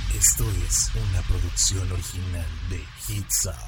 Esto es una producción original de Hits Up.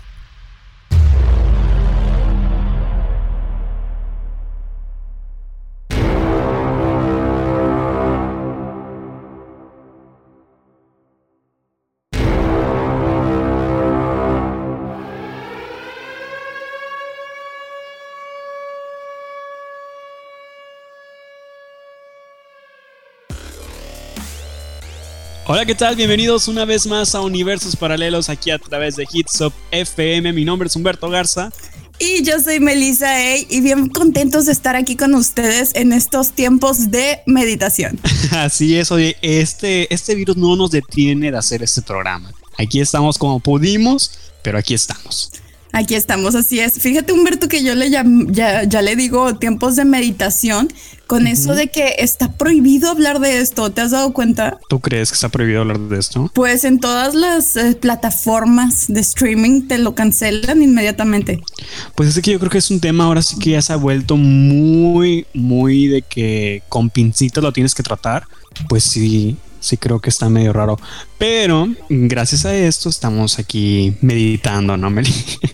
Hola, ¿qué tal? Bienvenidos una vez más a Universos Paralelos aquí a través de Hits Up FM. Mi nombre es Humberto Garza. Y yo soy Melissa Ey, y bien contentos de estar aquí con ustedes en estos tiempos de meditación. Así es, oye, este virus no nos detiene de hacer este programa. Aquí estamos como pudimos, pero aquí estamos. Aquí estamos, así es. Fíjate, Humberto, que yo ya le digo tiempos de meditación con eso de que está prohibido hablar de esto. ¿Te has dado cuenta? ¿Tú crees que está prohibido hablar de esto? Pues en todas las plataformas de streaming te lo cancelan inmediatamente. Pues es que yo creo que es un tema ahora sí que ya se ha vuelto muy de que con pincitas lo tienes que tratar. Pues sí creo que está medio raro. Pero gracias a esto estamos aquí meditando, ¿no, Meli?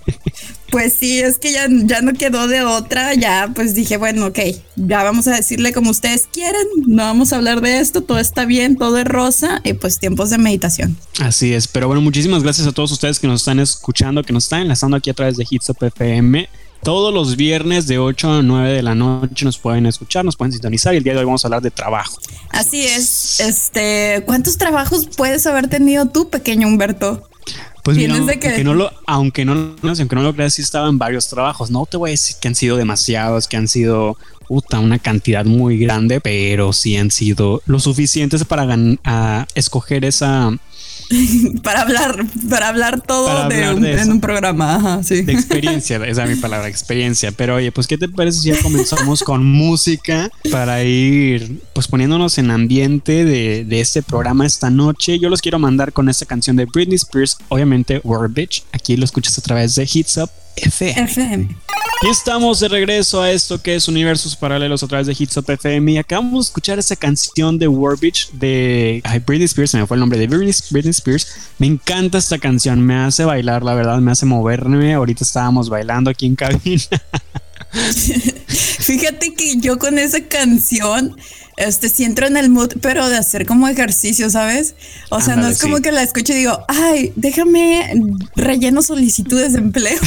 Pues sí, es que ya no quedó de otra. Ya pues dije, bueno, ok, ya vamos a decirle como ustedes quieren. No vamos a hablar de esto, todo está bien, todo es rosa. Y pues tiempos de meditación. Así es, pero bueno, muchísimas gracias a todos ustedes que nos están escuchando, que nos están enlazando aquí a través de Hits Up FM. Todos los viernes de 8 a 9 de la noche nos pueden escuchar, nos pueden sintonizar, y el día de hoy vamos a hablar de trabajo. Así es. ¿Cuántos trabajos puedes haber tenido tú, pequeño Humberto? Pues mira, aunque no lo creas, sí estaba en varios trabajos. No te voy a decir que han sido demasiados, que han sido una cantidad muy grande, pero sí han sido lo suficientes para escoger esa... para hablar todo en un programa. Ajá, sí. De experiencia, esa es mi palabra, experiencia. Pero oye, pues ¿qué te parece si ya comenzamos con música para ir pues poniéndonos en ambiente de este programa esta noche? Yo los quiero mandar con esta canción de Britney Spears, obviamente World Bitch. Aquí lo escuchas a través de Hits Up FM. Y estamos de regreso a esto que es Universos Paralelos a través de Hits Up FM, y acabamos de escuchar esa canción de War Bitch de Britney Spears. Se me fue el nombre de Britney Spears. Me encanta esta canción, me hace bailar, la verdad, me hace moverme. Ahorita estábamos bailando aquí en cabina. Fíjate que yo con esa canción sí entro en el mood, pero de hacer como ejercicio, ¿sabes? O sea, no es como que la escucho y digo, ay, déjame relleno solicitudes de empleo.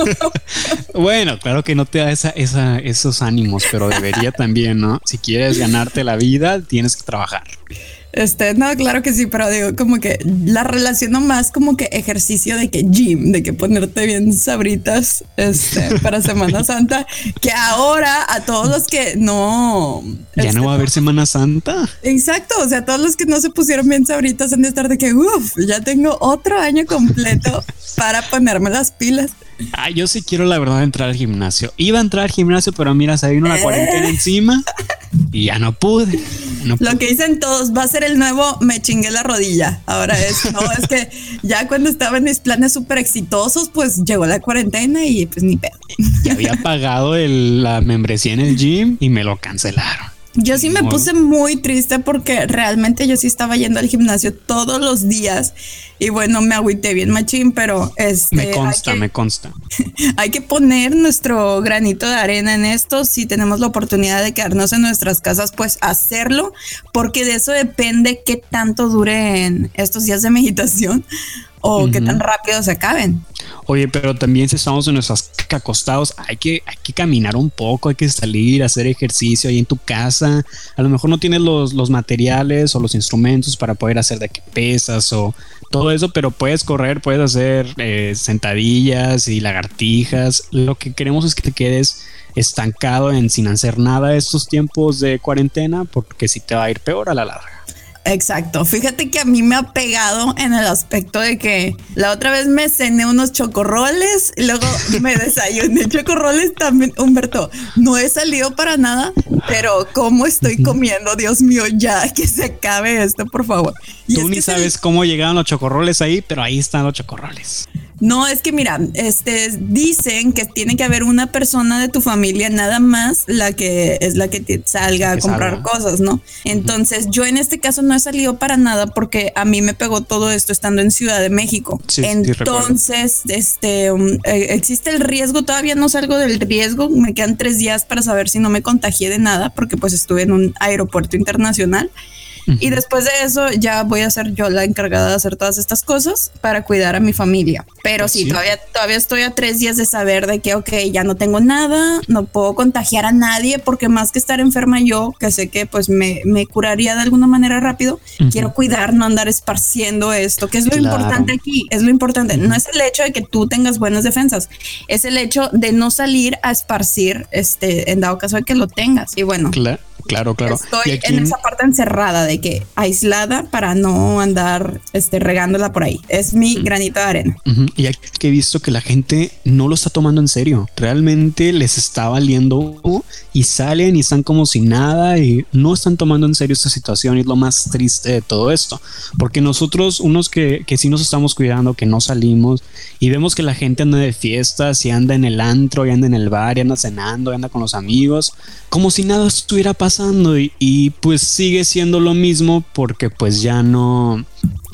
Bueno, claro que no te da esos ánimos, pero debería también, ¿no? Si quieres ganarte la vida, tienes que trabajar. No, claro que sí, pero digo, como que la relaciono más como que ejercicio de que gym, de que ponerte bien sabritas, para Semana Santa, que ahora a todos los que no... ¿Ya no va a haber Semana Santa? Exacto, o sea, todos los que no se pusieron bien sabritas han de estar de que, ya tengo otro año completo para ponerme las pilas. Yo sí quiero, la verdad, entrar al gimnasio. Iba a entrar al gimnasio, pero mira, se vino la cuarentena encima y ya no pude. Lo que dicen todos, va a ser el nuevo me chingué la rodilla. Ahora es que ya cuando estaba en mis planes súper exitosos, pues llegó la cuarentena y pues ni pedo. Ya había pagado la membresía en el gym y me lo cancelaron. Yo sí me puse muy triste porque realmente yo sí estaba yendo al gimnasio todos los días y bueno, me agüité bien machín, pero me consta. Hay que poner nuestro granito de arena en esto. Si tenemos la oportunidad de quedarnos en nuestras casas, pues hacerlo, porque de eso depende qué tanto duren estos días de meditación o qué tan rápido se acaben. Oye, pero también si estamos en nuestras acostados, hay que caminar un poco, hay que salir a hacer ejercicio ahí en tu casa. A lo mejor no tienes los materiales o los instrumentos para poder hacer de que pesas o todo eso, pero puedes correr, puedes hacer sentadillas y lagartijas. Lo que queremos es que te quedes estancado sin hacer nada estos tiempos de cuarentena, porque si te va a ir peor a la larga. Exacto. Fíjate que a mí me ha pegado en el aspecto de que la otra vez me cené unos chocorroles y luego me desayuné chocorroles también. Humberto, no he salido para nada, pero ¿cómo estoy comiendo? Dios mío, ya que se acabe esto, por favor. Tú ni sabes cómo llegaron los chocorroles ahí, pero ahí están los chocorroles. No, es que mira, dicen que tiene que haber una persona de tu familia nada más la que salga a comprar cosas, ¿no? Entonces yo en este caso no he salido para nada porque a mí me pegó todo esto estando en Ciudad de México. Sí, entonces, existe el riesgo, todavía no salgo del riesgo, me quedan 3 días para saber si no me contagié de nada porque pues estuve en un aeropuerto internacional. Y después de eso ya voy a ser yo la encargada de hacer todas estas cosas para cuidar a mi familia. Pero sí, todavía estoy a 3 días de saber de que, ok, ya no tengo nada, no puedo contagiar a nadie porque más que estar enferma yo, que sé que pues me curaría de alguna manera rápido, quiero cuidar, no andar esparciendo esto, que es lo importante aquí, es lo importante. No es el hecho de que tú tengas buenas defensas, es el hecho de no salir a esparcir, en dado caso de que lo tengas. Y bueno. Claro. Estoy en esa parte encerrada de que aislada para no andar regándola por ahí. Es mi granito de arena. Y aquí he visto que la gente no lo está tomando en serio. Realmente les está valiendo y salen y están como si nada y no están tomando en serio esta situación. Y es lo más triste de todo esto. Porque nosotros, unos que sí nos estamos cuidando, que no salimos y vemos que la gente anda de fiestas y anda en el antro y anda en el bar y anda cenando y anda con los amigos, como si nada estuviera pasando y pues sigue siendo lo mismo porque pues ya no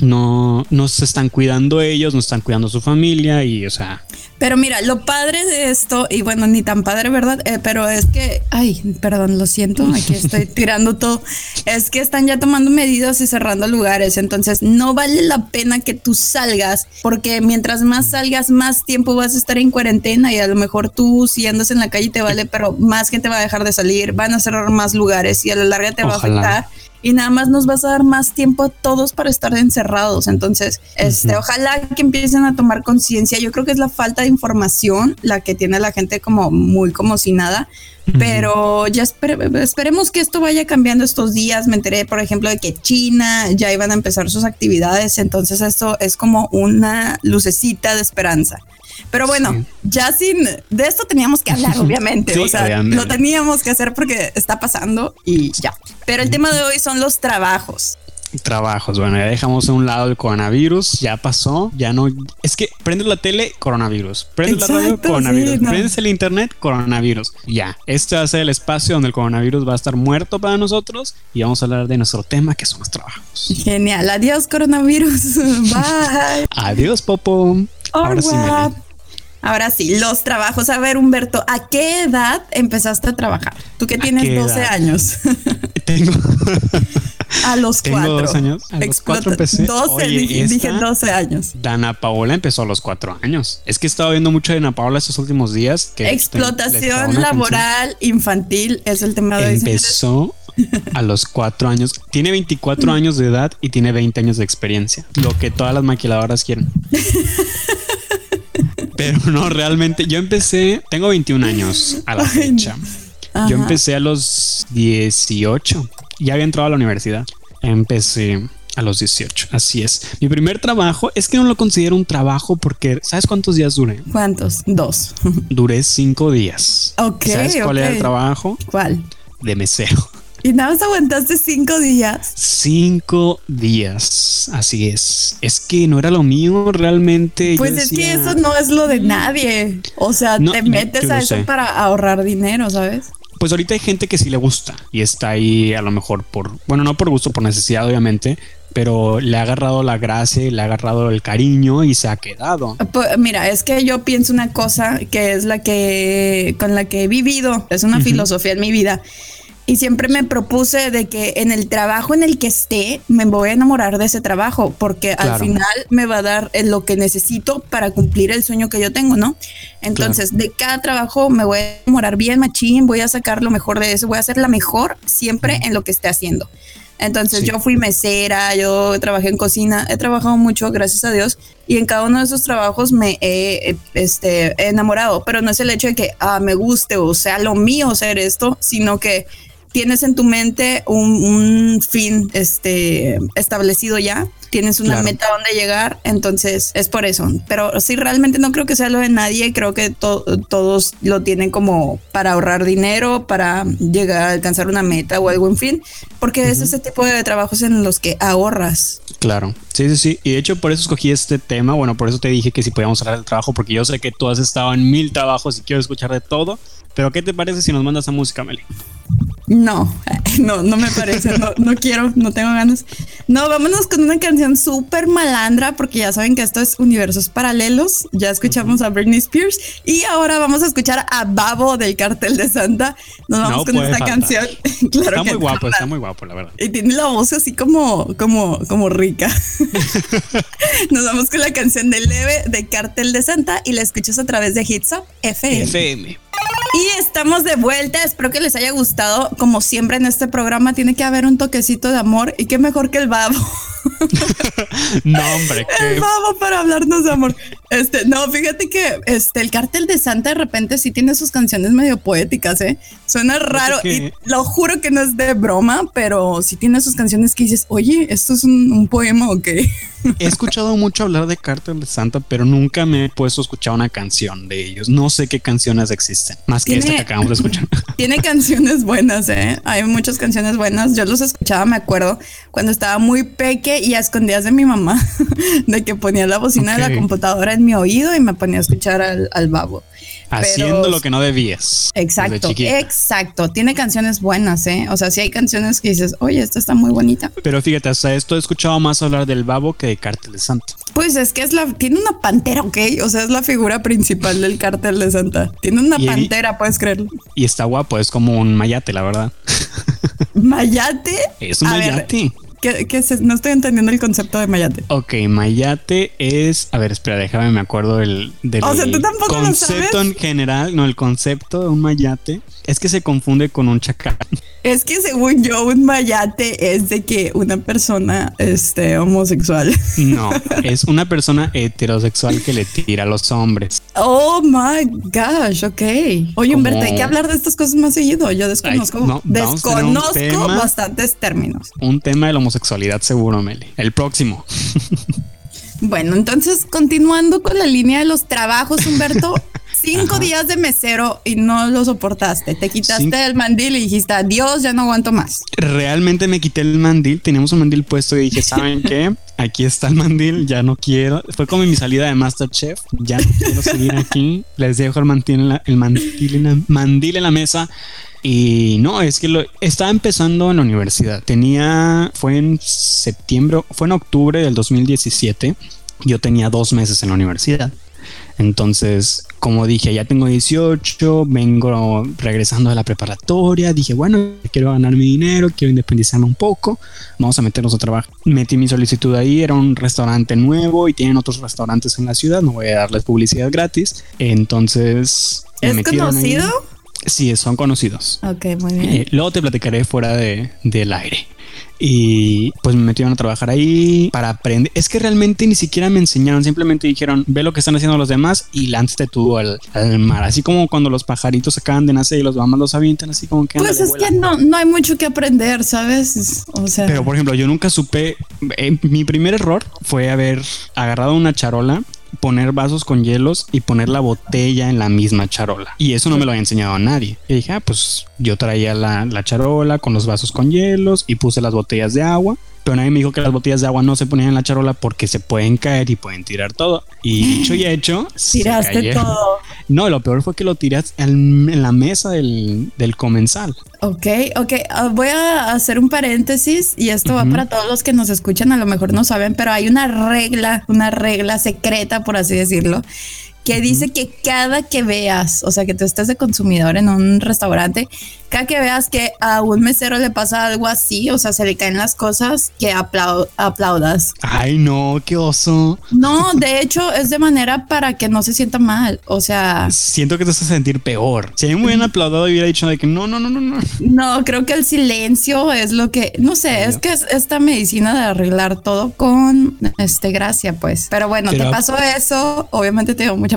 se están cuidando ellos, no están cuidando su familia y o sea. Pero mira, lo padre de esto, y bueno, ni tan padre, ¿verdad? Pero es que, perdón, lo siento, aquí estoy tirando todo. Es que están ya tomando medidas y cerrando lugares, entonces no vale la pena que tú salgas, porque mientras más salgas, más tiempo vas a estar en cuarentena y a lo mejor tú si andas en la calle te vale, pero más gente va a dejar de salir, van a cerrar más lugares y a la larga te va a afectar. Y nada más nos vas a dar más tiempo a todos para estar encerrados. Entonces, ojalá que empiecen a tomar conciencia. Yo creo que es la falta de información la que tiene la gente como muy como si nada. Pero ya esperemos que esto vaya cambiando estos días. Me enteré, por ejemplo, de que China ya iban a empezar sus actividades. Entonces, esto es como una lucecita de esperanza. Pero bueno, ya de esto teníamos que hablar, obviamente. Sí, o sea, obviamente. Lo teníamos que hacer porque está pasando y ya. Pero el tema de hoy son los trabajos. Bueno, ya dejamos a un lado el coronavirus, ya pasó, ya no. Es que prendes la tele, coronavirus. Prendes la radio, coronavirus. Sí, no. Prendes el internet, coronavirus. Ya, este va a ser el espacio donde el coronavirus va a estar muerto para nosotros y vamos a hablar de nuestro tema que son los trabajos. Genial, adiós coronavirus. Bye. Adiós, Popo. Ahora sí, Meli. Ahora sí, los trabajos. A ver, Humberto, ¿a qué edad empezaste a trabajar? Tú que tienes 12 años. Tengo... A los 4. Tengo 2 años. A los 4 empecé. 12, oye, dije 12 años. Dana Paola empezó a los 4 años. Es que he estado viendo mucho de Dana Paola estos últimos días. Que explotación laboral infantil es el tema de hoy. Empezó a los 4 años. Tiene 24 años de edad y tiene 20 años de experiencia. Lo que todas las maquiladoras quieren. Pero no, realmente yo empecé, tengo 21 años a la fecha. Yo empecé a los 18. Ya había entrado a la universidad. Empecé a los 18. Así es. Mi primer trabajo es que no lo considero un trabajo porque ¿sabes cuántos días duré? ¿Cuántos? 2. Duré 5 días. Ok. ¿Sabes cuál era el trabajo? ¿Cuál? De mesero. ¿Y nada más aguantaste 5 días? 5 días, así es. Es que no era lo mío realmente. Pues es que eso no es lo de nadie. O sea, no, te metes a eso para ahorrar dinero, ¿sabes? Pues ahorita hay gente que sí le gusta y está ahí a lo mejor no por gusto, por necesidad obviamente, pero le ha agarrado la gracia, le ha agarrado el cariño y se ha quedado. Pues mira, es que yo pienso una cosa que es con la que he vivido, es una filosofía en mi vida. Y siempre me propuse de que en el trabajo en el que esté me voy a enamorar de ese trabajo porque al final me va a dar lo que necesito para cumplir el sueño que yo tengo, ¿no? Entonces de cada trabajo me voy a enamorar bien machín, voy a sacar lo mejor de eso, voy a ser la mejor siempre en lo que esté haciendo. Entonces yo fui mesera, yo trabajé en cocina, he trabajado mucho, gracias a Dios, y en cada uno de esos trabajos me he enamorado, pero no es el hecho de que me guste o sea lo mío ser esto, sino que tienes en tu mente un fin establecido ya. Tienes una meta a donde llegar, entonces es por eso. Pero sí, realmente no creo que sea lo de nadie. Creo que todos lo tienen como para ahorrar dinero, para llegar a alcanzar una meta o algo, en fin. Porque es ese tipo de trabajos en los que ahorras. Claro, sí. Y de hecho por eso escogí este tema. Bueno, por eso te dije que si podíamos hablar del trabajo, porque yo sé que tú has estado en 1000 trabajos y quiero escuchar de todo. Pero ¿qué te parece si nos mandas a música, Meli? No me parece, no quiero, no tengo ganas. No, vámonos con una canción súper malandra, porque ya saben que esto es universos paralelos. Ya escuchamos a Britney Spears y ahora vamos a escuchar a Babo del Cartel de Santa. Nos vamos con esta canción. Claro, está muy guapo, la verdad. Y tiene la voz así como rica. Nos vamos con la canción de Leve de Cartel de Santa y la escuchas a través de Hits Up FM. Y estamos de vuelta, espero que les haya gustado. Como siempre en este programa tiene que haber un toquecito de amor, y qué mejor que el Babo. No, hombre, el Babo para hablarnos de amor. No, fíjate que el Cartel de Santa de repente sí tiene sus canciones medio poéticas, suena raro y lo juro que no es de broma, pero sí tiene sus canciones que dices, oye, ¿esto es un poema o qué? He escuchado mucho hablar de Cartel de Santa, pero nunca me he puesto a escuchar una canción de ellos. No sé qué canciones existen, más que esta que acabamos de escuchar. Tiene canciones buenas, hay muchas canciones buenas. Yo los escuchaba, me acuerdo, cuando estaba muy peque y a escondidas de mi mamá, de que ponía la bocina de la computadora en mi oído y me ponía a escuchar al Babo. Haciendo lo que no debías. Exacto. Tiene canciones buenas, O sea, sí hay canciones que dices, oye, esta está muy bonita. Pero fíjate, hasta esto he escuchado más hablar del Babo que de Cartel de Santa. Pues es que tiene una pantera, ¿ok? O sea, es la figura principal del Cartel de Santa. Tiene una pantera, puedes creerlo. Y está guapo, es como un mayate, la verdad. ¿Mayate? Es un mayate. ¿Qué es? No estoy entendiendo el concepto de mayate. Ok, mayate es... A ver, espera, déjame, me acuerdo del o sea, ¿tú tampoco concepto lo sabes? En general. No, el concepto de un mayate es que se confunde con un chacal. Es que según yo, un mayate es de que una persona homosexual. No, es una persona heterosexual que le tira a los hombres. Oh my gosh, ok. Oye, Humberto, hay que hablar de estas cosas más seguido. Yo desconozco bastantes términos. Un tema de la homosexualidad seguro, Meli. El próximo. Bueno, entonces continuando con la línea de los trabajos, Humberto. 5 días de mesero y no lo soportaste. Te quitaste el mandil y dijiste, adiós, ya no aguanto más. Realmente me quité el mandil. Teníamos un mandil puesto y dije, ¿saben qué? Aquí está el mandil, ya no quiero. Fue como mi salida de MasterChef. Ya no quiero seguir aquí. Les dejo el mandil en la mesa. Y no, es que estaba empezando en la universidad. Fue en octubre del 2017. Yo tenía 2 meses en la universidad. Entonces, como dije, ya tengo 18, vengo regresando de la preparatoria. Dije, bueno, quiero ganar mi dinero, quiero independizarme un poco. Vamos a meternos a trabajar. Metí mi solicitud ahí, era un restaurante nuevo y tienen otros restaurantes en la ciudad. No voy a darles publicidad gratis. Entonces, ¿es conocido? Ahí. Sí, son conocidos. Ok, muy bien. Luego te platicaré fuera del aire. Y pues me metieron a trabajar ahí para aprender. Es que realmente ni siquiera me enseñaron, simplemente dijeron, ve lo que están haciendo los demás y lánzate tú al mar. Así como cuando los pajaritos acaban de nacer y los mamás los avientan, así como que... Pues es que no hay mucho que aprender, ¿sabes? O sea... Pero por ejemplo, yo nunca supe... mi primer error fue haber agarrado una charola, poner vasos con hielos y poner la botella en la misma charola. Y eso no me lo había enseñado a nadie. Y dije, pues yo traía la charola con los vasos con hielos y puse las botellas de agua. Pero nadie me dijo que las botellas de agua no se ponían en la charola porque se pueden caer y pueden tirar todo. Y dicho y hecho, tiraste todo. No, lo peor fue que lo tiré en la mesa del comensal. Ok. Voy a hacer un paréntesis y esto va para todos los que nos escuchan. A lo mejor no saben, pero hay una regla secreta, por así decirlo, que dice que cada que veas, o sea, que tú estés de consumidor en un restaurante, cada que veas que a un mesero le pasa algo así, o sea, se le caen las cosas, que aplaudas. Ay, no, qué oso. No, de hecho, es de manera para que no se sienta mal, o sea... Siento que te vas a sentir peor. Si a mí me hubieran aplaudido y hubiera dicho de que no. No, creo que el silencio es lo que... No sé, es que es esta medicina de arreglar todo con gracia, pues. Pero bueno, te pasó eso, obviamente te dio mucha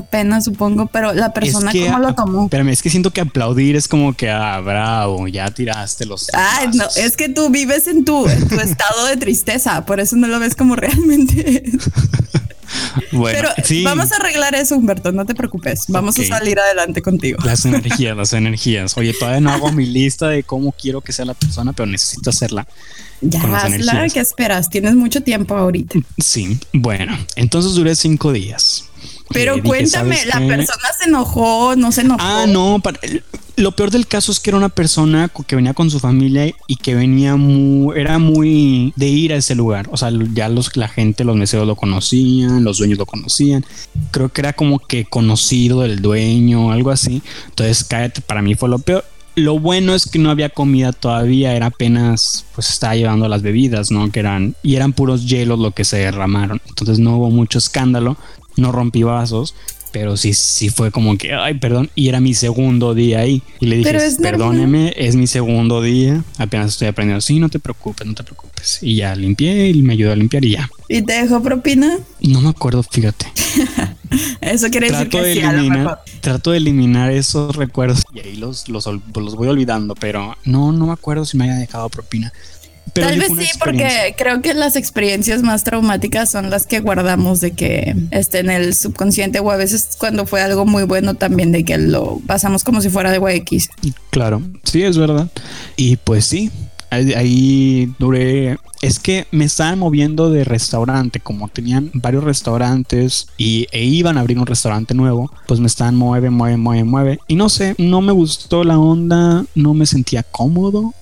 mucha pena, supongo, pero la persona cómo lo tomó. Espérame, es que siento que aplaudir es como que, bravo, ya tiraste los Ay, no, es que tú vives en tu estado de tristeza, por eso no lo ves como realmente es. Bueno, pero sí, vamos a arreglar eso, Humberto, no te preocupes. Vamos a salir adelante contigo. Las energías. Oye, todavía no hago mi lista de cómo quiero que sea la persona, pero necesito hacerla. Ya, hazla, ¿qué esperas? Tienes mucho tiempo ahorita. Sí, bueno, entonces duré 5 días. Pero cuéntame, ¿la persona se enojó? ¿No se enojó? No, lo peor del caso es que era una persona que venía con su familia y que era muy de ir a ese lugar. O sea, ya la gente, los meseros lo conocían, los dueños lo conocían. Creo que era como que conocido del dueño, algo así. Entonces, cállate, para mí fue lo peor. Lo bueno es que no había comida todavía, era apenas, pues estaba llevando las bebidas, ¿no? Y eran puros hielos lo que se derramaron. Entonces no hubo mucho escándalo, no rompí vasos, pero sí fue como que, ay, perdón. Y era mi segundo día ahí. Y le dije, perdóneme, es mi segundo día, apenas estoy aprendiendo. Sí, no te preocupes. Y ya limpié y me ayudó a limpiar y ya. ¿Y te dejó propina? No me acuerdo, fíjate. Eso quiere decir que sí, trato de eliminar esos recuerdos y ahí los voy olvidando, pero no me acuerdo si me haya dejado propina. Pero tal vez sí, porque creo que las experiencias más traumáticas son las que guardamos de que en el subconsciente, o a veces cuando fue algo muy bueno también de que lo pasamos como si fuera de X. Claro, sí, es verdad. Y pues sí, ahí duré. Es que me estaban moviendo de restaurante, como tenían varios restaurantes e iban a abrir un restaurante nuevo, pues me estaban mueve. Y no sé, no me gustó la onda, no me sentía cómodo.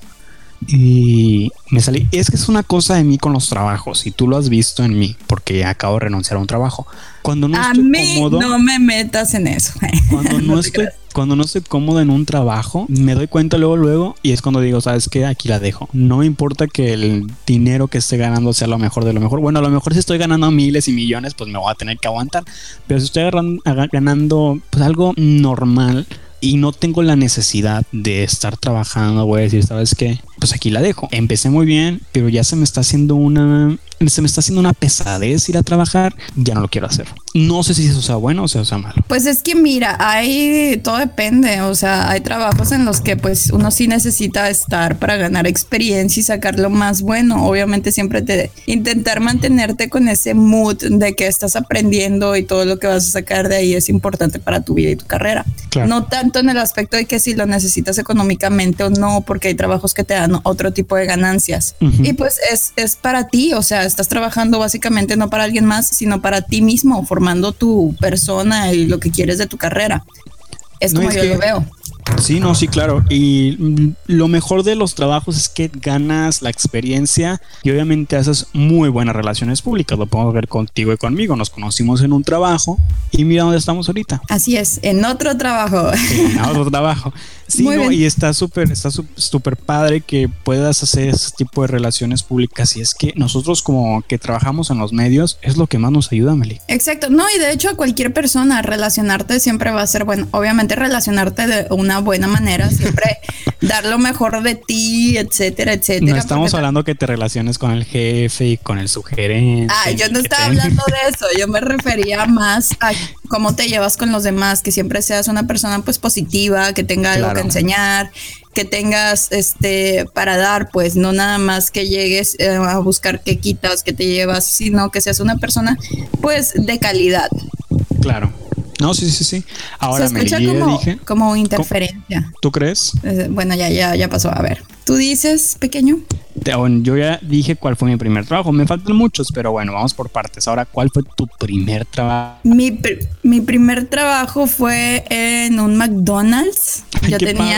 Y me salí. Es que es una cosa de mí con los trabajos, y tú lo has visto en mí, porque acabo de renunciar a un trabajo. Cuando no estoy cómodo, no me metas en eso. Cuando no estoy cómodo en un trabajo, me doy cuenta luego, y es cuando digo, ¿sabes qué? Aquí la dejo. No me importa que el dinero que esté ganando sea lo mejor de lo mejor. Bueno, a lo mejor si estoy ganando miles y millones, pues me voy a tener que aguantar. Pero si estoy ganando pues algo normal y no tengo la necesidad de estar trabajando, voy a decir, ¿sabes qué? Pues aquí la dejo. Empecé muy bien, pero ya se me está haciendo una pesadez ir a trabajar. Ya no lo quiero hacer. No sé si eso sea bueno o sea malo. Pues es que mira, todo depende. O sea, hay trabajos en los que pues uno sí necesita estar para ganar experiencia y sacar lo más bueno. Obviamente siempre intentar mantenerte con ese mood de que estás aprendiendo y todo lo que vas a sacar de ahí es importante para tu vida y tu carrera. Claro. No tanto en el aspecto de que si lo necesitas económicamente o no, porque hay trabajos que te dan otro tipo de ganancias. Uh-huh. Y pues es para ti, o sea, estás trabajando básicamente no para alguien más, sino para ti mismo, formando tu persona y lo que quieres de tu carrera. Es como yo lo veo. Sí, no, sí, claro. Y lo mejor de los trabajos es que ganas la experiencia y obviamente haces muy buenas relaciones públicas. Lo podemos ver contigo y conmigo. Nos conocimos en un trabajo y mira dónde estamos ahorita. Así es, en otro trabajo. En otro trabajo. Sí, no, y está súper padre que puedas hacer ese tipo de relaciones públicas. Y es que nosotros como que trabajamos en los medios es lo que más nos ayuda, Meli. Exacto. No, y de hecho a cualquier persona relacionarte siempre va a ser bueno. Obviamente relacionarte de una buena manera, siempre dar lo mejor de ti, etcétera, etcétera. No estamos hablando que te relaciones con el jefe y con el subgerente. Yo no estaba hablando de eso. Yo me refería más a cómo te llevas con los demás, que siempre seas una persona pues positiva, que tenga algo que enseñar, que tengas para dar, pues no nada más que llegues a buscar qué quitas, que te llevas, sino que seas una persona pues de calidad. Claro. No, sí. Ahora se escucha como interferencia. ¿Tú crees? Bueno, ya pasó. A ver, ¿tú dices, pequeño? Yo ya dije cuál fue mi primer trabajo. Me faltan muchos, pero bueno, vamos por partes. Ahora, ¿cuál fue tu primer trabajo? Mi primer trabajo fue en un McDonald's. Ay, yo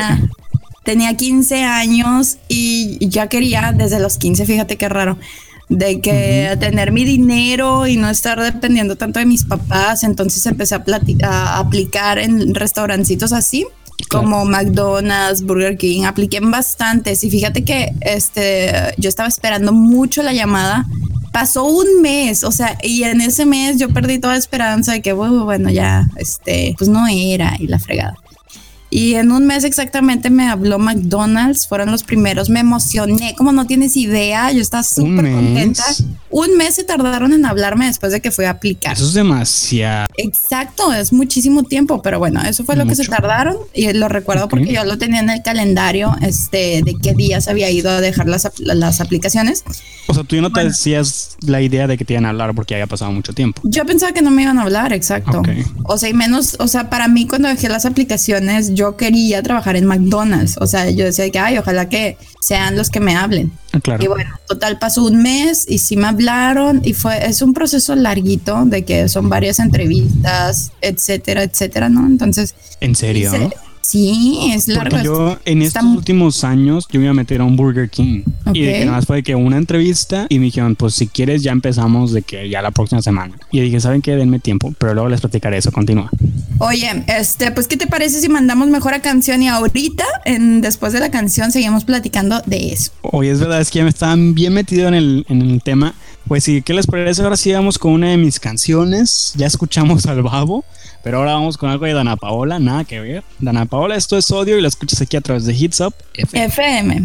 tenía 15 años y ya quería desde los 15, fíjate qué raro, de que tener mi dinero y no estar dependiendo tanto de mis papás. Entonces empecé a aplicar en restaurancitos así, como McDonald's, Burger King. Apliqué en bastantes y fíjate que yo estaba esperando mucho la llamada. Pasó un mes, o sea, y en ese mes yo perdí toda esperanza de que bueno, ya, pues no era, y la fregada. Y en un mes exactamente me habló McDonald's, fueron los primeros, me emocioné, como no tienes idea, yo estaba súper contenta. Un mes se tardaron en hablarme después de que fui a aplicar. Eso es demasiado. Exacto, es muchísimo tiempo, pero bueno, eso fue lo que se tardaron y lo recuerdo porque yo lo tenía en el calendario, de qué días había ido a dejar las aplicaciones. O sea, tú ya no te decías la idea de que te iban a hablar porque había pasado mucho tiempo. Yo pensaba que no me iban a hablar, exacto. O sea, y menos, o sea, para mí cuando dejé las aplicaciones, yo quería trabajar en McDonald's. O sea, yo decía que, ay, ojalá que sean los que me hablen. Claro. Y bueno, total, pasó un mes y sí me hablaron y es un proceso larguito de que son varias entrevistas, etcétera, etcétera, ¿no? Entonces. ¿En serio? Sí, es largo. Porque yo en estos últimos años yo me iba a meter a un Burger King y de que nada más fue de que una entrevista y me dijeron, pues si quieres ya empezamos de que ya la próxima semana. Y yo dije, ¿saben qué? Denme tiempo, pero luego les platicaré eso. Continúa. Oye, pues ¿qué te parece si mandamos mejor a canción y ahorita después de la canción seguimos platicando de eso? Oye, es verdad, es que ya me estaban bien metido en el tema. Pues sí, ¿qué les parece? Ahora sí vamos con una de mis canciones. Ya escuchamos al Babo, pero ahora vamos con algo de Dana Paola, nada que ver. Dana Paola, esto es Odio y la escuchas aquí a través de Hits Up FM.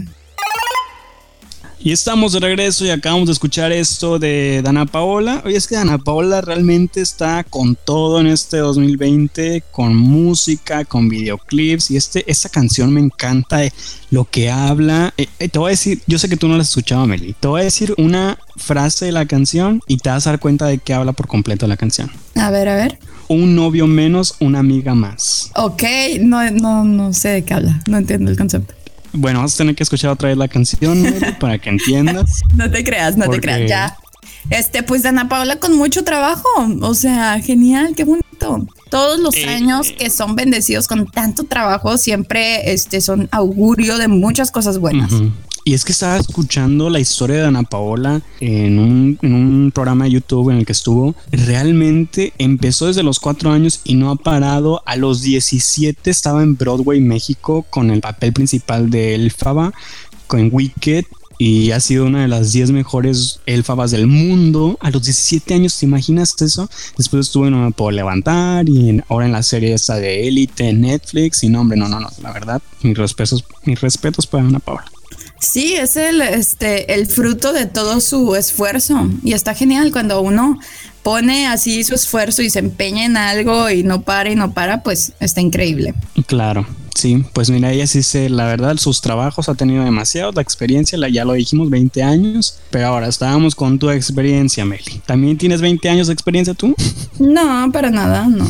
Y estamos de regreso y acabamos de escuchar esto de Dana Paola. Oye, es que Dana Paola realmente está con todo en este 2020, con música, con videoclips. Y esta canción me encanta lo que habla. Te voy a decir, yo sé que tú no la has escuchado, Meli. Te voy a decir una frase de la canción y te vas a dar cuenta de qué habla por completo la canción. A ver. Un novio menos, una amiga más. Ok, no sé de qué habla. No entiendo el concepto. Bueno, vas a tener que escuchar otra vez la canción, Meli, para que entiendas. No te creas, ya. Pues Dana Paola con mucho trabajo, o sea, genial, qué bonito. Todos los años que son bendecidos con tanto trabajo siempre son augurio de muchas cosas buenas. Uh-huh. Y es que estaba escuchando la historia de Dana Paola en un programa de YouTube en el que estuvo. Realmente empezó desde los 4 años y no ha parado. A los 17 estaba en Broadway, México, con el papel principal de Elphaba, con Wicked. Y ha sido una de las 10 mejores Elphabas del mundo. A los 17 años, ¿te imaginas eso? Después estuvo en No Me Puedo Levantar y ahora en la serie esta de Élite en Netflix. Y no, hombre, no. La verdad, mis respetos para Dana Paola. Sí, es el fruto de todo su esfuerzo y está genial cuando uno pone así su esfuerzo y se empeña en algo y no para, pues está increíble. Claro, sí, pues mira, ella sí la verdad, sus trabajos ha tenido demasiado, la experiencia, ya lo dijimos, 20 años, pero ahora estábamos con tu experiencia, Meli. ¿También tienes 20 años de experiencia tú? No, para nada, no.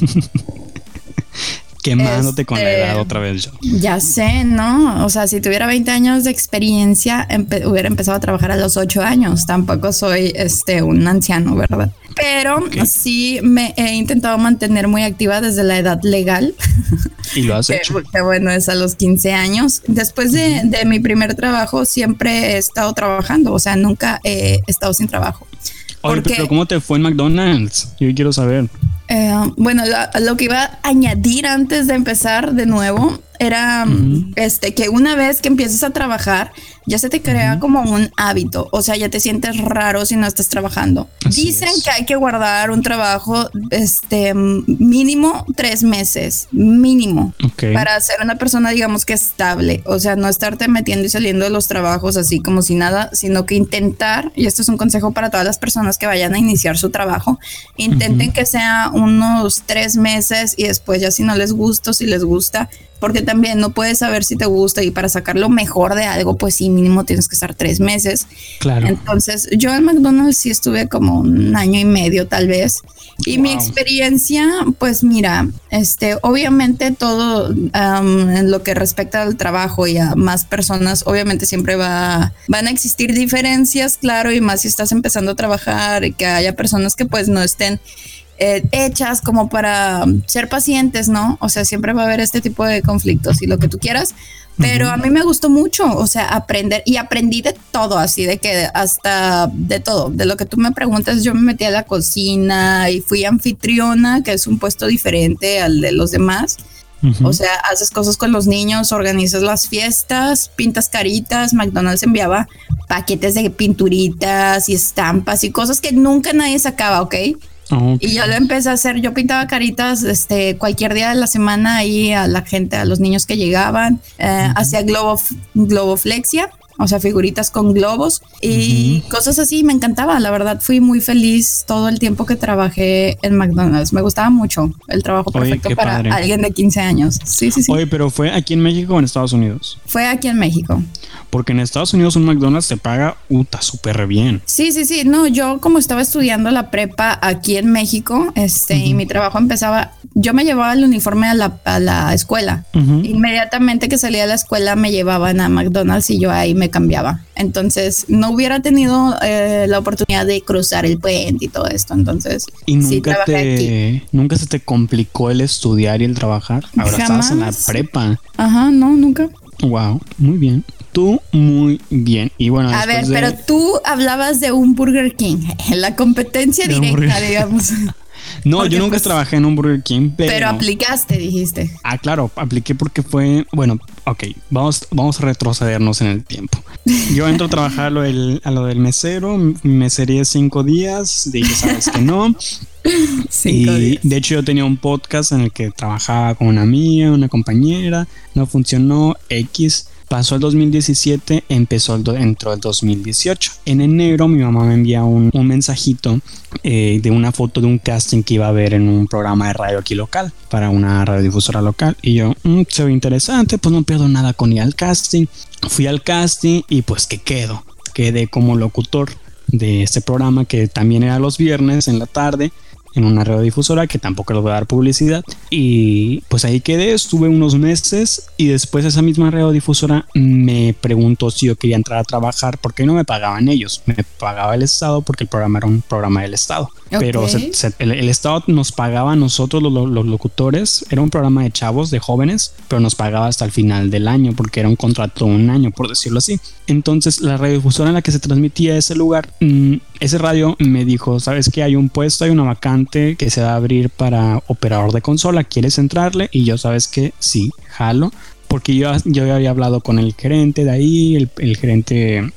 Quemándote con la edad otra vez yo. Ya sé, ¿no? O sea, si tuviera 20 años de experiencia, hubiera empezado a trabajar a los 8 años. Tampoco soy un anciano, ¿verdad? Pero sí me he intentado mantener muy activa desde la edad legal. Y lo has hecho. Que bueno, es a los 15 años. Después de mi primer trabajo, siempre he estado trabajando. O sea, nunca he estado sin trabajo. Oye, pero ¿cómo te fue en McDonald's? Yo quiero saber. Bueno, lo que iba a añadir antes de empezar de nuevo era que una vez que empiezas a trabajar ya se te crea como un hábito, o sea, ya te sientes raro si no estás trabajando. Dicen que hay que guardar un trabajo mínimo 3 meses, mínimo, para ser una persona, digamos, que estable, o sea, no estarte metiendo y saliendo de los trabajos así como si nada, sino que intentar, y esto es un consejo para todas las personas que vayan a iniciar su trabajo, intenten que sea unos 3 meses y después ya si no les gusta, si les gusta, porque también no puedes saber si te gusta y para sacar lo mejor de algo, pues sí, mínimo tienes que estar 3 meses. Claro. Entonces, yo en McDonald's sí estuve como 1 año y medio tal vez. Y mi experiencia, pues mira, obviamente todo en lo que respecta al trabajo y a más personas, obviamente siempre van a existir diferencias, claro, y más si estás empezando a trabajar y que haya personas que pues no estén hechas como para ser pacientes, ¿no? O sea, siempre va a haber este tipo de conflictos y lo que tú quieras, pero a mí me gustó mucho, o sea, aprender y aprendí de todo, así de que hasta de todo, de lo que tú me preguntas, yo me metí a la cocina y fui anfitriona, que es un puesto diferente al de los demás. O sea, haces cosas con los niños, organizas las fiestas, pintas caritas. McDonald's enviaba paquetes de pinturitas y estampas y cosas que nunca nadie sacaba, ¿ok? Y yo lo empecé a hacer, yo pintaba caritas cualquier día de la semana ahí a la gente, a los niños que llegaban, hacía globoflexia, o sea, figuritas con globos y cosas así. Me encantaba, la verdad, fui muy feliz todo el tiempo que trabajé en McDonald's. Me gustaba mucho el trabajo perfecto para alguien de 15 años. Sí. Oye, pero ¿fue aquí en México o en Estados Unidos? Fue aquí en México. Porque en Estados Unidos un McDonald's te paga súper bien. Sí. No, yo como estaba estudiando la prepa aquí en México, y mi trabajo empezaba, yo me llevaba el uniforme a la escuela. Inmediatamente que salía de la escuela me llevaban a McDonald's y yo ahí me cambiaba. Entonces no hubiera tenido la oportunidad de cruzar el puente y todo esto. Entonces, ¿y nunca nunca se te complicó el estudiar y el trabajar? Ahora estás en la prepa. Ajá, no, nunca. Wow, muy bien. Tú muy bien. Y bueno, a ver, pero tú hablabas de un Burger King, la competencia directa, digamos. No, porque yo nunca trabajé en un Burger King, pero aplicaste, dijiste. Ah, claro, apliqué porque fue, bueno, ok, vamos a retrocedernos en el tiempo. Yo entro a trabajar a lo del mesero, me serié 5 días, dije, sabes que no. 5 días. De hecho yo tenía un podcast en el que trabajaba con una amiga, una compañera, no funcionó, Pasó el 2017, entró el 2018. En enero mi mamá me envía un mensajito de una foto de un casting que iba a haber en un programa de radio aquí local, para una radiodifusora local. Y yo, se ve interesante, pues no pierdo nada con ir al casting. Fui al casting y pues quedé como locutor de este programa que también era los viernes en la tarde, en una radiodifusora que tampoco les voy a dar publicidad. Y pues ahí quedé, estuve unos meses y después esa misma radiodifusora me preguntó si yo quería entrar a trabajar, porque no me pagaban ellos, me pagaba el Estado porque el programa era un programa del Estado. Okay. Pero el Estado nos pagaba a nosotros los locutores, era un programa de chavos, de jóvenes, pero nos pagaba hasta el final del año porque era un contrato de un año, por decirlo así. Entonces la radiodifusora en la que se transmitía ese lugar, ese radio me dijo, ¿sabes qué? Hay un puesto, hay una vacante que se va a abrir para operador de consola, ¿quieres entrarle? Y yo, ¿sabes qué? Sí, jalo, porque yo había hablado con el gerente de ahí, el gerente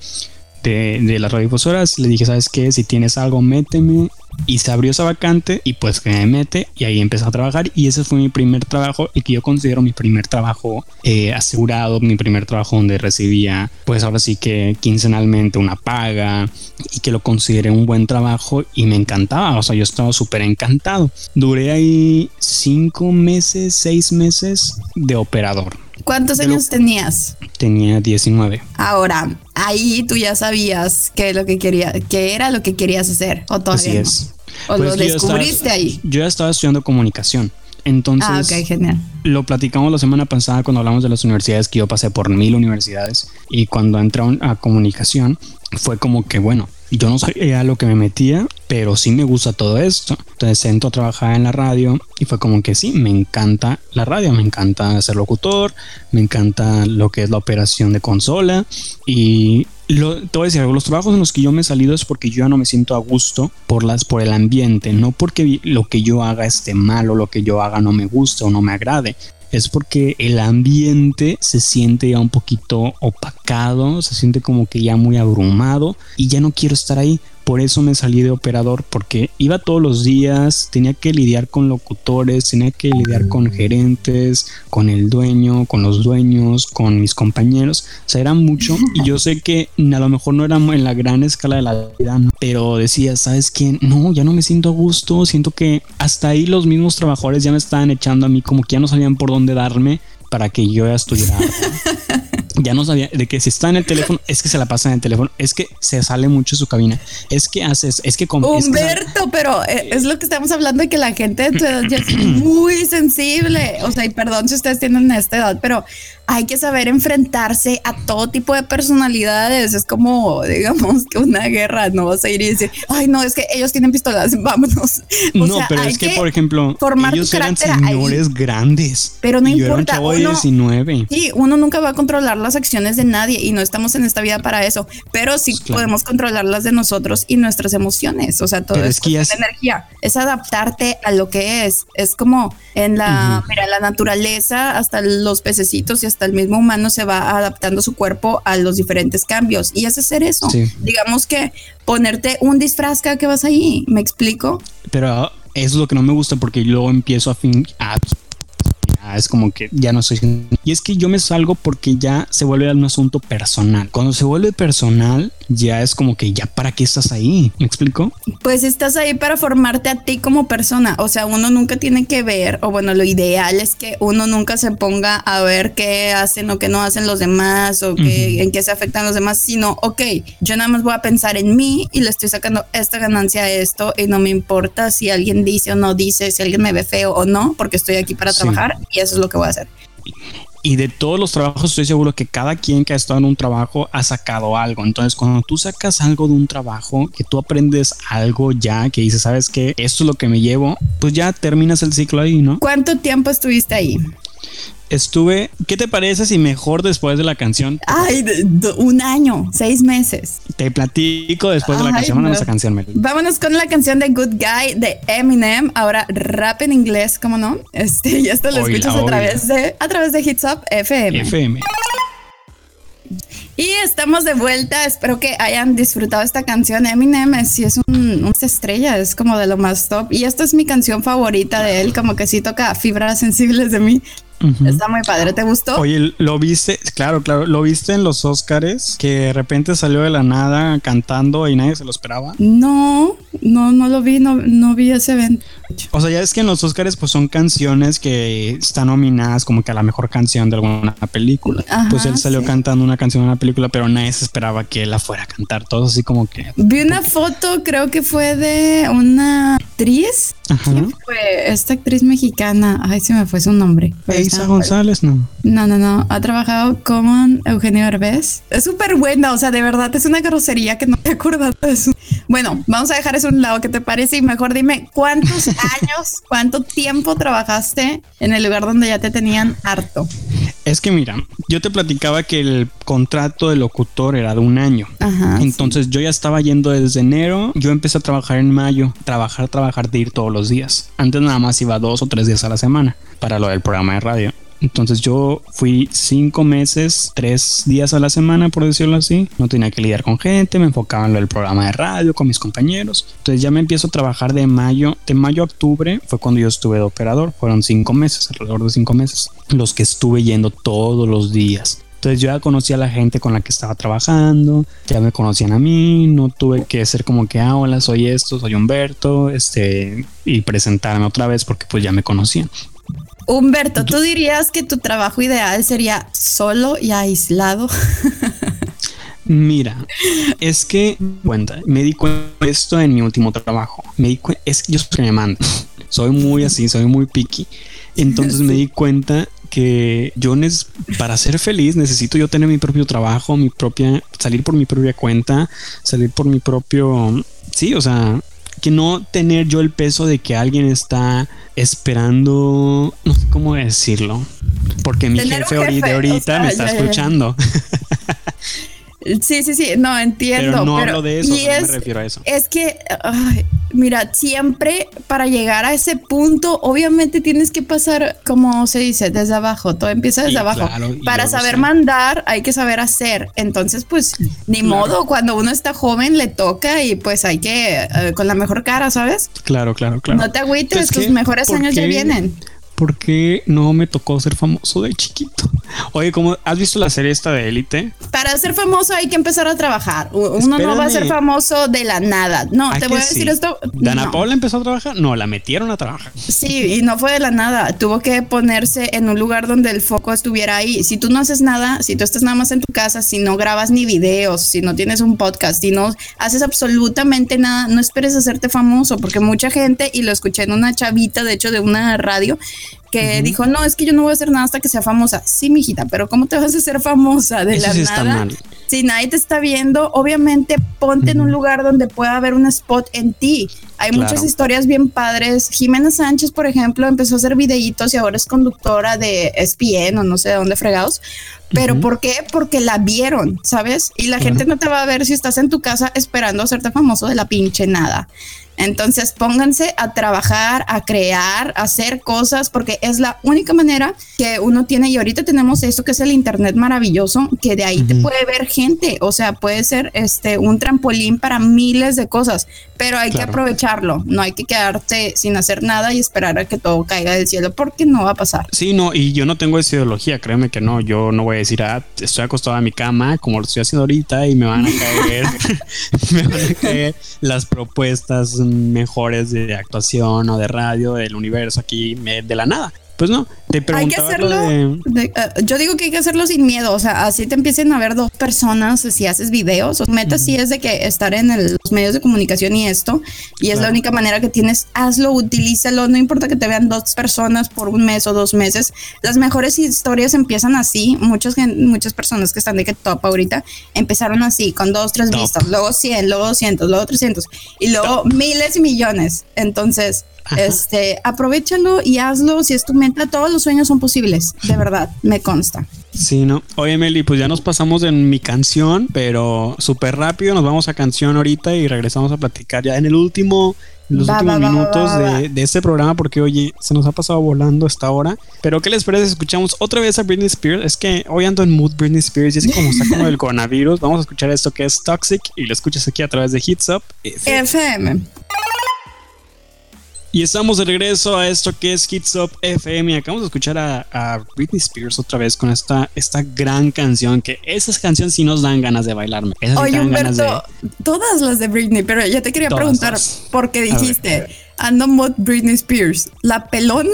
de las radiodifusoras, le dije, ¿sabes qué? Si tienes algo, méteme. Y se abrió esa vacante y pues que me mete y ahí empecé a trabajar, y ese fue mi primer trabajo, y que yo considero mi primer trabajo asegurado, mi primer trabajo donde recibía pues ahora sí que quincenalmente una paga, y que lo consideré un buen trabajo y me encantaba, o sea, yo estaba súper encantado. Duré ahí 5 meses, 6 meses de operador. ¿Cuántos años tenías? Tenía 19. Ahora, ahí tú ya sabías qué era lo que querías hacer, o todavía Así es. ¿O pues lo descubriste ahí? Yo ya estaba estudiando comunicación. Entonces, ok, genial. Lo platicamos la semana pasada cuando hablamos de las universidades, que yo pasé por 1000 universidades, y cuando entré a comunicación fue como que, bueno, yo no sabía lo que me metía, pero sí me gusta todo esto. Entonces entro a trabajar en la radio y fue como que sí, me encanta la radio, me encanta ser locutor, me encanta lo que es la operación de consola. Y te voy a decir algo, los trabajos en los que yo me he salido es porque yo ya no me siento a gusto por el ambiente, no porque lo que yo haga esté mal o lo que yo haga no me guste o no me agrade. Es porque el ambiente se siente ya un poquito opacado, se siente como que ya muy abrumado y ya no quiero estar ahí. Por eso me salí de operador, porque iba todos los días, tenía que lidiar con locutores, tenía que lidiar con gerentes, con el dueño, con los dueños, con mis compañeros. O sea, era mucho, y yo sé que a lo mejor no era en la gran escala de la vida, ¿no? Pero decía, ¿sabes qué? No, ya no me siento a gusto, siento que hasta ahí los mismos trabajadores ya me estaban echando a mí, como que ya no sabían por dónde darme para que yo ya estuviera. Ya no sabía de que si está en el teléfono, es que se la pasa en el teléfono, es que se sale mucho de su cabina, es que haces, es que Humberto, pero es lo que estamos hablando, de que la gente de tu edad ya es muy sensible. O sea, y perdón si ustedes tienen esta edad, pero hay que saber enfrentarse a todo tipo de personalidades. Es como, digamos, que una guerra, no vas a ir y decir, ay, no, es que ellos tienen pistolas, vámonos. No, pero es que, por ejemplo, ellos eran señores ahí, grandes, pero no importa, yo era un chavo de 19. Sí, uno nunca va a controlar las acciones de nadie y no estamos en esta vida para eso, pero sí, pues claro, podemos controlar las de nosotros y nuestras emociones. O sea, todo pero es que energía, es adaptarte a lo que es como en la, mira, la naturaleza, hasta los pececitos y hasta el mismo humano se va adaptando su cuerpo a los diferentes cambios, y es hacer eso. Sí. Digamos que ponerte un disfraz cada que vas ahí, ¿me explico? pero eso es lo que no me gusta porque luego empiezo es como que ya no estoy. Y es que yo me salgo porque ya se vuelve un asunto personal. Cuando se vuelve personal, ya es como que ya para qué estás ahí. ¿Me explico? Pues estás ahí para formarte a ti como persona. O sea, uno nunca tiene que ver, o bueno, lo ideal es que uno nunca se ponga a ver qué hacen o qué no hacen los demás o en qué se afectan los demás, sino, ok, yo nada más voy a pensar en mí y le estoy sacando esta ganancia a esto y no me importa si alguien dice o no dice, si alguien me ve feo o no, porque estoy aquí para trabajar y eso es lo que voy a hacer. Y de todos los trabajos estoy seguro que cada quien que ha estado en un trabajo ha sacado algo. Entonces cuando tú sacas algo de un trabajo, que tú aprendes algo ya, que dices, ¿sabes qué? Esto es lo que me llevo, pues ya terminas el ciclo ahí, ¿no? ¿Cuánto tiempo estuviste ahí? Estuve, ¿qué te parece si mejor después de la canción? Ay, 1 año, 6 meses. Te platico después de la canción. Vámonos a esa canción, Mel. Vámonos con la canción de Good Guy de Eminem. Ahora rap en inglés, ¿cómo no? Y esto lo escuchas a través de Hits Up FM. Y estamos de vuelta. Espero que hayan disfrutado esta canción. Eminem es una estrella, es como de lo más top. Y esta es mi canción favorita de él, como que sí toca fibras sensibles de mí. Está muy padre, ¿te gustó? Oye, ¿lo viste? Claro, ¿lo viste en los Óscares? Que de repente salió de la nada cantando y nadie se lo esperaba. No lo vi, no vi ese evento. O sea, ya es que en los Óscares pues son canciones que están nominadas como que a la mejor canción de alguna película. Ajá, pues él salió cantando una canción de una película, pero nadie se esperaba que él la fuera a cantar. Todos así como que... Vi una foto, creo que fue de una actriz. Ajá. ¿Quién fue? Esta actriz mexicana. Ay, se me fue su nombre. Eiza González, no. No. Ha trabajado con Eugenio Derbez. Es súper buena, o sea, de verdad es una grosería que no te acuerdas de eso. Bueno, vamos a dejar eso a un lado, ¿qué te parece? Y mejor dime, ¿cuántos años, cuánto tiempo trabajaste en el lugar donde ya te tenían harto? Es que mira, yo te platicaba que el contrato de locutor era de 1 año. Ajá. Entonces yo ya estaba yendo desde enero. Yo empecé a trabajar en mayo. Trabajar de ir todos los días. Antes nada más iba 2 o 3 días a la semana para lo del programa de radio. Entonces yo fui 5 meses, 3 días a la semana, por decirlo así. No tenía que lidiar con gente, me enfocaba en lo del programa de radio con mis compañeros. Entonces ya me empiezo a trabajar de mayo a octubre. Fue cuando yo estuve de operador. Fueron 5 meses, alrededor de 5 meses, los que estuve yendo todos los días. Entonces yo ya conocía a la gente con la que estaba trabajando, ya me conocían a mí, no tuve que ser como que, hola, soy Humberto, y presentarme otra vez porque pues ya me conocían. Humberto, ¿tú dirías que tu trabajo ideal sería solo y aislado? Mira, es que me di cuenta de esto en mi último trabajo. Es que yo soy que me mando. Soy muy así, soy muy picky. Entonces me di cuenta que yo para ser feliz necesito yo tener mi propio trabajo, salir por mi propia cuenta, salir por mi propio... Sí, o sea... que no tener yo el peso de que alguien está esperando, no sé cómo decirlo, porque mi jefe de ahorita me está escuchando. Sí, no, entiendo. Pero no hablo de eso, no me refiero a eso. Es que, mira, siempre para llegar a ese punto, obviamente tienes que pasar, como se dice, desde abajo. Todo empieza desde abajo. Claro, para saber mandar, hay que saber hacer. Entonces, pues, ni modo, cuando uno está joven le toca y pues hay que, con la mejor cara, ¿sabes? Claro. No te agüites, tus mejores años ya vienen. ¿Por qué no me tocó ser famoso de chiquito? Oye, ¿has visto la serie esta de Élite? Para ser famoso hay que empezar a trabajar. Uno no va a ser famoso de la nada. No, te voy a decir esto. ¿Dana Paula empezó a trabajar? No, la metieron a trabajar. Sí, y no fue de la nada. Tuvo que ponerse en un lugar donde el foco estuviera ahí. Si tú no haces nada, si tú estás nada más en tu casa, si no grabas ni videos, si no tienes un podcast, si no haces absolutamente nada, no esperes hacerte famoso, porque mucha gente, y lo escuché en una chavita, de hecho, de una radio, que dijo, no, es que yo no voy a hacer nada hasta que sea famosa. Sí, mijita, pero ¿cómo te vas a hacer famosa de la nada? Si nadie te está viendo, obviamente ponte en un lugar donde pueda haber un spot en ti. Hay muchas historias bien padres. Jimena Sánchez, por ejemplo, empezó a hacer videitos y ahora es conductora de ESPN o no sé de dónde fregados. ¿Pero por qué? Porque la vieron, ¿sabes? Y la gente no te va a ver si estás en tu casa esperando hacerte famoso de la pinche nada. Entonces pónganse a trabajar, a crear, a hacer cosas, porque es la única manera que uno tiene. Y ahorita tenemos esto que es el internet maravilloso, que de ahí te puede ver gente, o sea, puede ser un trampolín para miles de cosas, pero hay que aprovecharlo. No hay que quedarte sin hacer nada y esperar a que todo caiga del cielo, porque no va a pasar. Sí, no, y yo no tengo esa ideología, créeme que no. Yo no voy a decir, estoy acostado en mi cama como lo estoy haciendo ahorita y me van a caer me van a caer las propuestas mejores de actuación o de radio del universo aquí de la nada. Pues no, te preguntaba. Hay que hacerlo. Yo digo que hay que hacerlo sin miedo. O sea, así te empiecen a ver 2 personas si haces videos. Tu meta sí es de que estar en los medios de comunicación y esto. Y es la única manera que tienes. Hazlo, utilízalo. No importa que te vean 2 personas por 1 mes o 2 meses. Las mejores historias empiezan así. Muchas personas que están de que top ahorita empezaron así, con 2, 3 vistas. Luego 100, luego 200, luego 300. Y luego miles y millones. Entonces, aprovechalo y hazlo. Si es tu meta, todos los sueños son posibles, de verdad, me consta. Sí, ¿no? Oye, Meli, pues ya nos pasamos en mi canción, pero súper rápido, nos vamos a canción ahorita y regresamos a platicar ya en los últimos minutos de este programa, porque oye, se nos ha pasado volando esta hora. Pero ¿qué les parece si escuchamos otra vez a Britney Spears? Es que hoy ando en mood Britney Spears y es como está como el coronavirus. Vamos a escuchar esto que es Toxic y lo escuchas aquí a través de Hits Up FM. Y estamos de regreso a esto que es Hits Up FM. Acabamos de escuchar a Britney Spears otra vez con esta gran canción, que esas canciones sí nos dan ganas de bailarme. Oye, Humberto, todas las de Britney, pero ya te quería preguntar, porque dijiste, ando mod Britney Spears, ¿la pelona?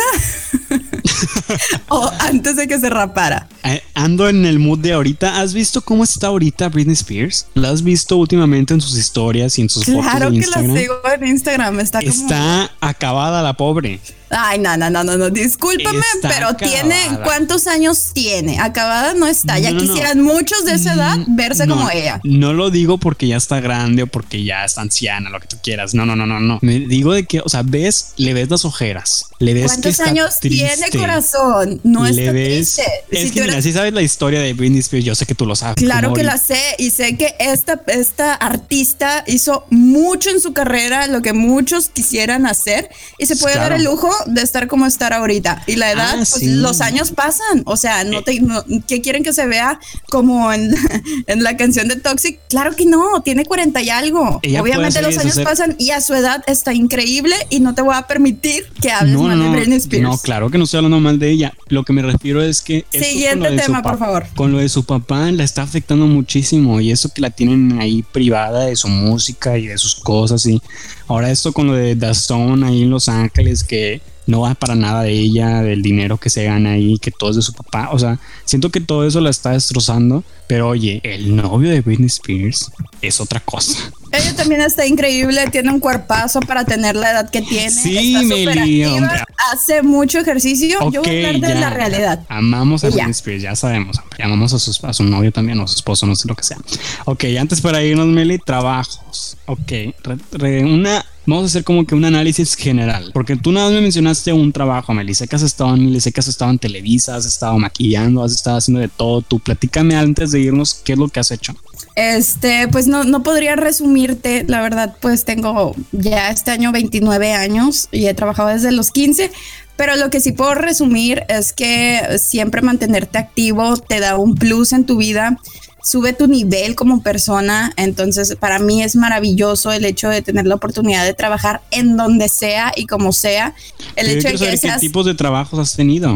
¿O antes de que se rapara? Ando en el mood de ahorita. ¿Has visto cómo está ahorita Britney Spears? ¿La has visto últimamente en sus historias y en sus fotos de Instagram? Claro que la sigo en Instagram. Está acabada la pobre. Ay, no, discúlpame, pero acabada. ¿cuántos años tiene? Acabada no está. Ya quisieran muchos de esa edad verse como ella. No lo digo porque ya está grande o porque ya está anciana, lo que tú quieras. No. Me digo de que, o sea, le ves las ojeras. Le ves ¿cuántos que está años triste. Tiene, corazón? No está triste. Es que mira, si sabes la historia de Britney Spears, yo sé que tú lo sabes. Claro que la sé, y sé que esta artista hizo mucho en su carrera, lo que muchos quisieran hacer, y se puede dar el lujo de estar como estar ahorita. Y la edad, pues, los años pasan. O sea, ¿qué quieren que se vea como en la canción de Toxic? Claro que no, tiene 40 y algo. Obviamente los años pasan y a su edad está increíble y no te voy a permitir que hables mal de Britney Spears. No, claro que no estoy hablando mal de ella. Lo que me refiero es que siguiente tema, por favor. Con lo de su papá la está afectando muchísimo, y eso que la tienen ahí privada de su música y de sus cosas, y ahora esto con lo de DAZN ahí en Los Ángeles, que no va para nada de ella, del dinero que se gana ahí, que todo es de su papá. O sea, siento que todo eso la está destrozando. Pero oye, el novio de Britney Spears es otra cosa. Ella también está increíble, tiene un cuerpazo para tener la edad que tiene. Sí, está súper activa, hace mucho ejercicio. Okay, yo voy a hablar de la realidad. Amamos a Britney Spears, ya sabemos. Amamos a su novio también, o a su esposo, no sé lo que sea. Ok, antes para irnos, Meli, trabajos. Ok, vamos a hacer como que un análisis general, porque tú nada más me mencionaste un trabajo, Meli. Sé que has estado en Televisa, has estado maquillando, has estado haciendo de todo. Tú platícame antes de irnos qué es lo que has hecho. Pues no podría resumirte, la verdad, pues tengo ya este año 29 años y he trabajado desde los 15, pero lo que sí puedo resumir es que siempre mantenerte activo te da un plus en tu vida, sube tu nivel como persona. Entonces para mí es maravilloso el hecho de tener la oportunidad de trabajar en donde sea y como sea. El hecho de que seas... ¿Qué tipos de trabajos has tenido?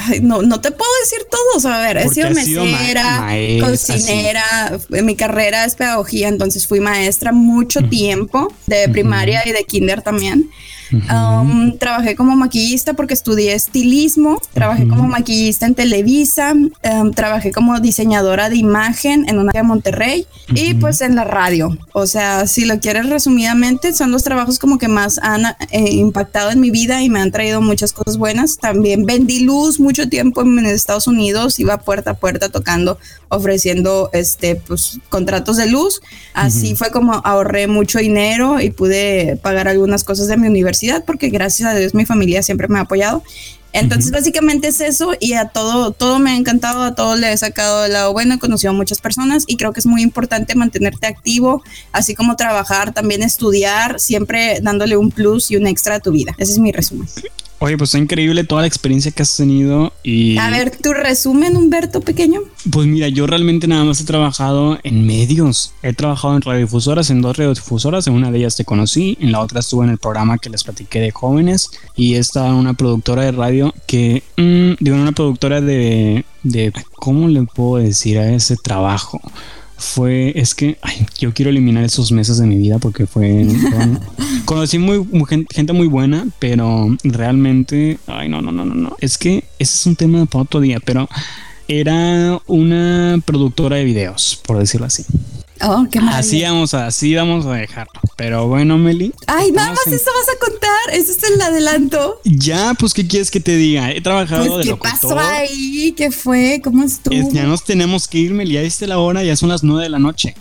No te puedo decir todos. A ver, he sido mesera, cocinera. Mi carrera es pedagogía, entonces fui maestra mucho tiempo, de primaria y de kinder también. Trabajé como maquillista porque estudié estilismo, trabajé como maquillista en Televisa, trabajé como diseñadora de imagen en una de Monterrey y pues en la radio. O sea, si lo quieres resumidamente, son los trabajos como que más han impactado en mi vida y me han traído muchas cosas buenas. También vendí luz mucho tiempo en Estados Unidos, iba puerta a puerta tocando, ofreciendo pues contratos de luz. Así fue como ahorré mucho dinero y pude pagar algunas cosas de mi universidad, porque gracias a Dios mi familia siempre me ha apoyado. Entonces, básicamente es eso, y a todo me ha encantado, a todo le he sacado el lado bueno, he conocido a muchas personas y creo que es muy importante mantenerte activo, así como trabajar, también estudiar, siempre dándole un plus y un extra a tu vida. Ese es mi resumen. Oye, pues está increíble toda la experiencia que has tenido y... A ver, tu resumen, Humberto pequeño. Pues mira, yo realmente nada más he trabajado en medios. He trabajado en radiodifusoras, en 2 radiodifusoras. En una de ellas te conocí, en la otra estuve en el programa que les platiqué de jóvenes y he estado en una productora de radio que... una productora de... ¿Cómo le puedo decir a ese trabajo? Yo quiero eliminar esos meses de mi vida porque conocí gente muy buena, pero realmente, no. Es que ese es un tema para otro día, pero era una productora de videos, por decirlo así. Oh, qué maravilla. Así vamos a dejarlo. Pero bueno, Meli. Ay, nada más eso vas a contar. Eso es el adelanto. Ya, pues, ¿qué quieres que te diga? He trabajado pues, de locutor. ¿Qué pasó locutor. ahí? ¿Qué fue? ¿Cómo estuvo? Ya nos tenemos que ir, Meli. Ya viste la hora, ya son las 9 de la noche.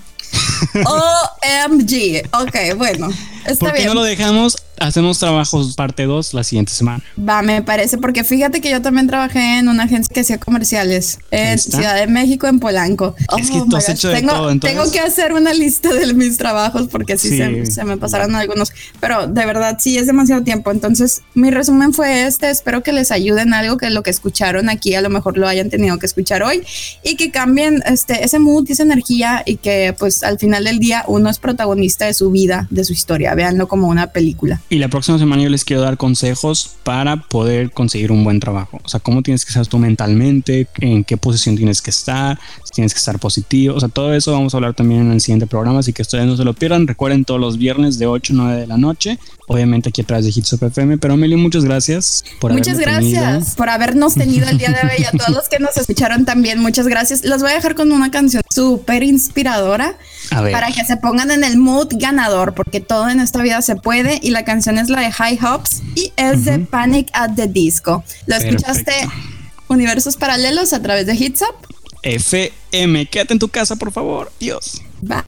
OMG. Ok, bueno. Está ¿Por qué bien. no lo dejamos? Hacemos trabajos parte 2 la siguiente semana. Va, me parece, porque fíjate que yo también trabajé en una agencia que hacía comerciales en Ciudad de México, en Polanco. Es que tú has hecho de todo, entonces. Tengo que hacer una lista de mis trabajos porque sí. Se me pasaron algunos, pero de verdad sí es demasiado tiempo. Entonces, mi resumen fue espero que les ayude en algo, que lo que escucharon aquí a lo mejor lo hayan tenido que escuchar hoy y que cambien ese mood y esa energía y que pues al final del día uno es protagonista de su vida, de su historia. Véanlo como una película. Y la próxima semana yo les quiero dar consejos para poder conseguir un buen trabajo. O sea, cómo tienes que estar tú mentalmente, en qué posición tienes que estar, si tienes que estar positivo. O sea, todo eso vamos a hablar también en el siguiente programa, así que ustedes no se lo pierdan. Recuerden, todos los viernes de 8 a 9 de la noche, obviamente aquí a través de Hits Up FM. Pero Meli, muchas gracias por habernos tenido el día de hoy. Y a todos los que nos escucharon también, muchas gracias. Los voy a dejar con una canción súper inspiradora para que se pongan en el mood ganador, porque todo en esta vida se puede, y la canción es la de High Hopes y es de Panic at the Disco. Lo escuchaste Universos Paralelos a través de Hits Up FM. Quédate en tu casa, por favor. Dios. Bye.